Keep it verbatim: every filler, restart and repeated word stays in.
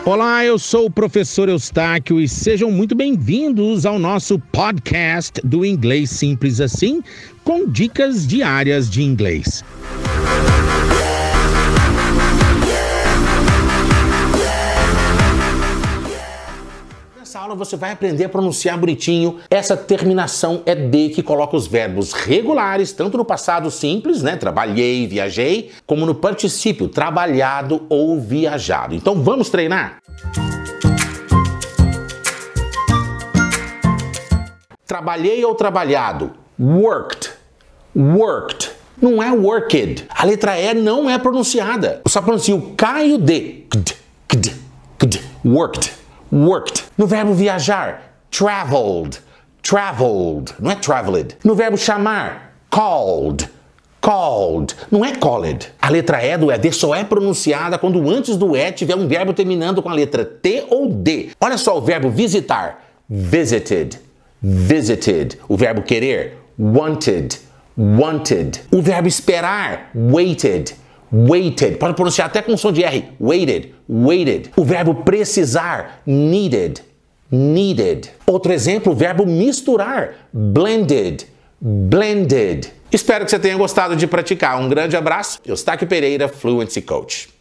Olá, eu sou o professor Eustáquio e sejam muito bem-vindos ao nosso podcast do Inglês Simples Assim, com dicas diárias de inglês. Nessa aula você vai aprender a pronunciar bonitinho. Essa terminação é de que coloca os verbos regulares, tanto no passado simples, né, trabalhei, viajei, como no particípio, trabalhado ou viajado. Então vamos treinar? Trabalhei ou trabalhado? Worked. Worked. Não é worked. A letra E não é pronunciada. Eu só pronuncio o K e o D. Kd, kd, kd. Worked. Worked. No verbo viajar, traveled. Traveled. Não é traveled. No verbo chamar, called. Called. Não é called. A letra E do E D só é pronunciada quando antes do E tiver um verbo terminando com a letra T ou D. Olha só o verbo visitar. Visited. Visited. O verbo querer, wanted, wanted. O verbo esperar, waited, waited. Pode pronunciar até com som de R, waited, waited. O verbo precisar, needed, needed. Outro exemplo, o verbo misturar, blended, blended. Espero que você tenha gostado de praticar. Um grande abraço. Eustáquio Pereira, Fluency Coach.